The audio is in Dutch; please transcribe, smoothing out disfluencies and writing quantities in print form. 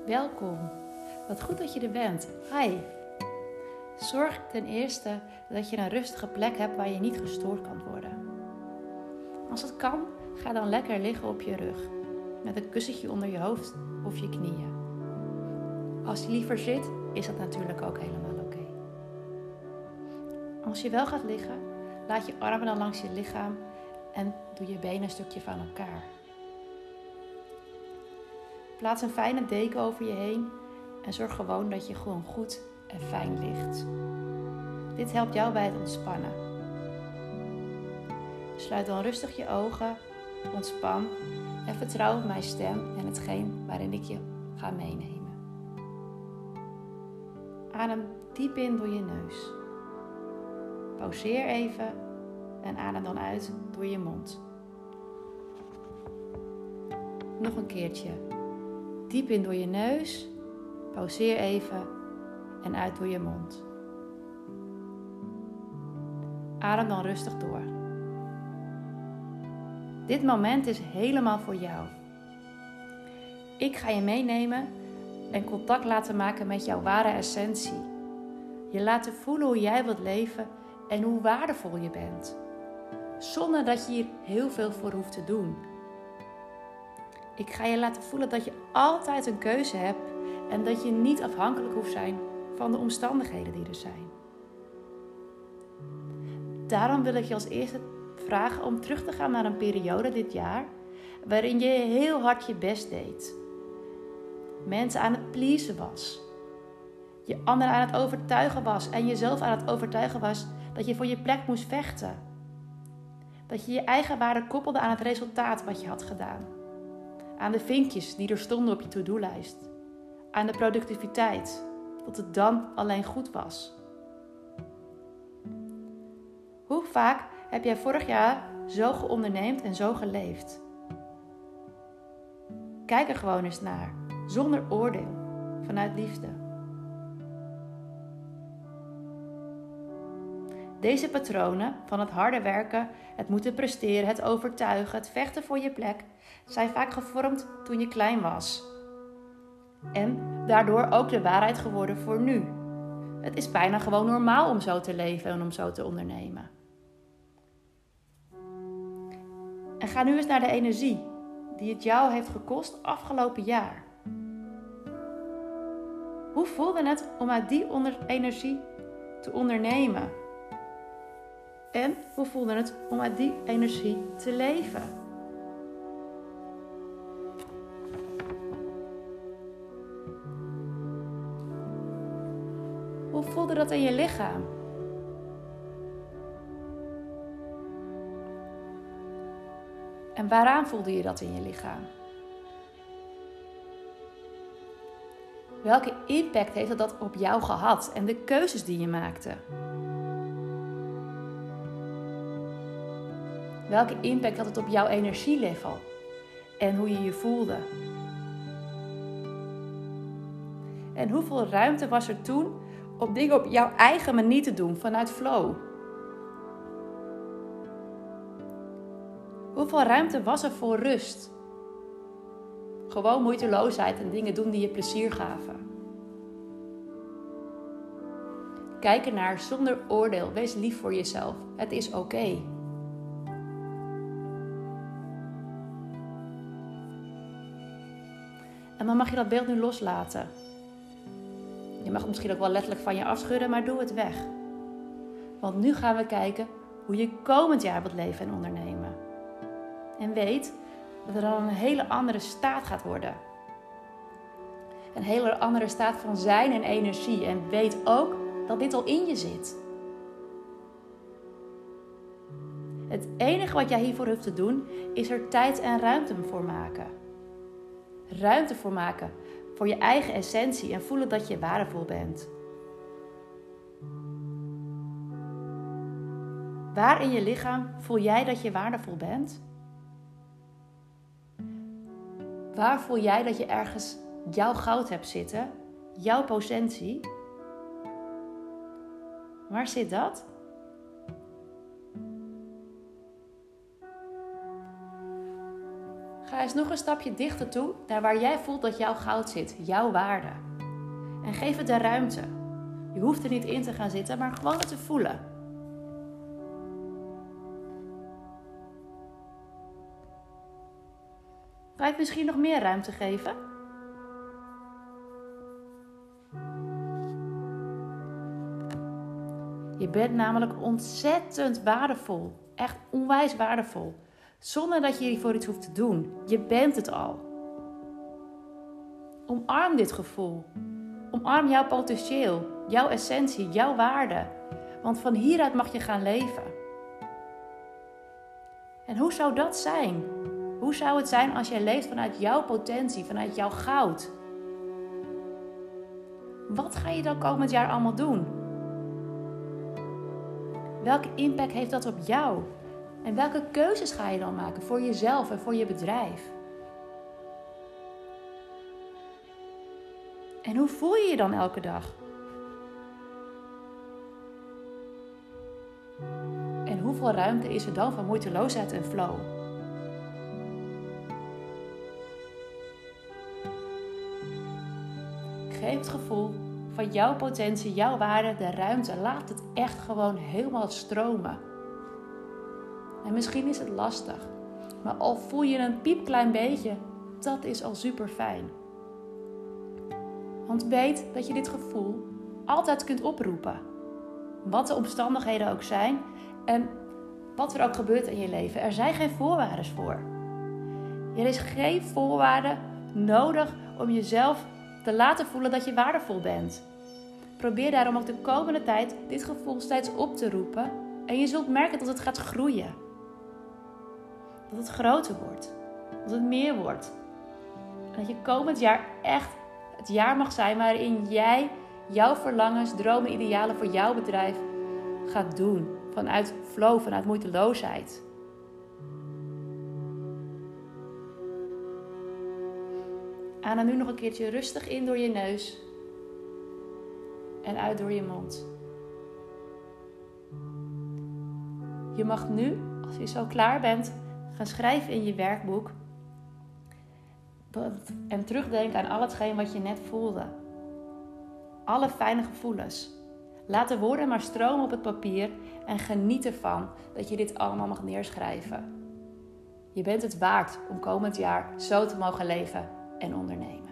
Welkom. Wat goed dat je er bent. Hi. Zorg ten eerste dat je een rustige plek hebt waar je niet gestoord kan worden. Als het kan, ga dan lekker liggen op je rug. Met een kussentje onder je hoofd of je knieën. Als je liever zit, is dat natuurlijk ook helemaal oké. Als je wel gaat liggen, laat je armen dan langs je lichaam en doe je benen een stukje van elkaar. Plaats een fijne deken over je heen en zorg gewoon dat je gewoon goed en fijn ligt. Dit helpt jou bij het ontspannen. Sluit dan rustig je ogen, ontspan en vertrouw op mijn stem en hetgeen waarin ik je ga meenemen. Adem diep in door je neus. Pauzeer even en adem dan uit door je mond. Nog een keertje. Diep in door je neus, pauzeer even en uit door je mond. Adem dan rustig door. Dit moment is helemaal voor jou. Ik ga je meenemen en contact laten maken met jouw ware essentie. Je laten voelen hoe jij wilt leven en hoe waardevol je bent. Zonder dat je hier heel veel voor hoeft te doen. Ik ga je laten voelen dat je altijd een keuze hebt en dat je niet afhankelijk hoeft zijn van de omstandigheden die er zijn. Daarom wil ik je als eerste vragen om terug te gaan naar een periode dit jaar waarin je heel hard je best deed. Mensen aan het pleasen was. Je anderen aan het overtuigen was en jezelf aan het overtuigen was dat je voor je plek moest vechten. Dat je je eigen waarde koppelde aan het resultaat wat je had gedaan. Aan de vinkjes die er stonden op je to-do-lijst. Aan de productiviteit, dat het dan alleen goed was. Hoe vaak heb jij vorig jaar zo geonderneemd en zo geleefd? Kijk er gewoon eens naar, zonder oordeel, vanuit liefde. Deze patronen van het harde werken, het moeten presteren, het overtuigen, het vechten voor je plek, zijn vaak gevormd toen je klein was. En daardoor ook de waarheid geworden voor nu. Het is bijna gewoon normaal om zo te leven en om zo te ondernemen. En ga nu eens naar de energie die het jou heeft gekost afgelopen jaar. Hoe voelde het om uit die energie te ondernemen? En hoe voelde het om uit die energie te leven? Hoe voelde dat in je lichaam? En waaraan voelde je dat in je lichaam? Welke impact heeft dat op jou gehad en de keuzes die je maakte? Welke impact had het op jouw energielevel en hoe je je voelde? En hoeveel ruimte was er toen om dingen op jouw eigen manier te doen vanuit flow? Hoeveel ruimte was er voor rust? Gewoon moeiteloosheid en dingen doen die je plezier gaven. Kijk ernaar zonder oordeel. Wees lief voor jezelf. Het is oké. En dan mag je dat beeld nu loslaten. Je mag het misschien ook wel letterlijk van je afschudden, maar doe het weg. Want nu gaan we kijken hoe je komend jaar wilt leven en ondernemen. En weet dat er dan een hele andere staat gaat worden. Een hele andere staat van zijn en energie. En weet ook dat dit al in je zit. Het enige wat jij hiervoor hoeft te doen, is er tijd en ruimte voor maken. Ruimte voor maken voor je eigen essentie en voelen dat je waardevol bent. Waar in je lichaam voel jij dat je waardevol bent? Waar voel jij dat je ergens jouw goud hebt zitten? Jouw potentie? Waar zit dat? Ga eens nog een stapje dichter toe naar waar jij voelt dat jouw goud zit, jouw waarde. En geef het de ruimte. Je hoeft er niet in te gaan zitten, maar gewoon het te voelen. Kan ik misschien nog meer ruimte geven? Je bent namelijk ontzettend waardevol. Echt onwijs waardevol. Zonder dat je hiervoor iets hoeft te doen. Je bent het al. Omarm dit gevoel. Omarm jouw potentieel, jouw essentie, jouw waarde. Want van hieruit mag je gaan leven. En hoe zou dat zijn? Hoe zou het zijn als jij leeft vanuit jouw potentie, vanuit jouw goud? Wat ga je dan komend jaar allemaal doen? Welke impact heeft dat op jou? En welke keuzes ga je dan maken voor jezelf en voor je bedrijf? En hoe voel je je dan elke dag? En hoeveel ruimte is er dan voor moeiteloosheid en flow? Geef het gevoel van jouw potentie, jouw waarde, de ruimte. Laat het echt gewoon helemaal stromen. En misschien is het lastig. Maar al voel je een piepklein beetje, dat is al super fijn. Want weet dat je dit gevoel altijd kunt oproepen. Wat de omstandigheden ook zijn en wat er ook gebeurt in je leven. Er zijn geen voorwaarden voor. Er is geen voorwaarde nodig om jezelf te laten voelen dat je waardevol bent. Probeer daarom ook de komende tijd dit gevoel steeds op te roepen. En je zult merken dat het gaat groeien. Dat het groter wordt. Dat het meer wordt. En dat je komend jaar echt het jaar mag zijn waarin jij jouw verlangens, dromen, idealen voor jouw bedrijf gaat doen. Vanuit flow, vanuit moeiteloosheid. Adem nu nog een keertje rustig in door je neus. En uit door je mond. Je mag nu, als je zo klaar bent, gaan schrijven in je werkboek. En terugdenken aan al hetgeen wat je net voelde. Alle fijne gevoelens. Laat de woorden maar stromen op het papier en geniet ervan dat je dit allemaal mag neerschrijven. Je bent het waard om komend jaar zo te mogen leven en ondernemen.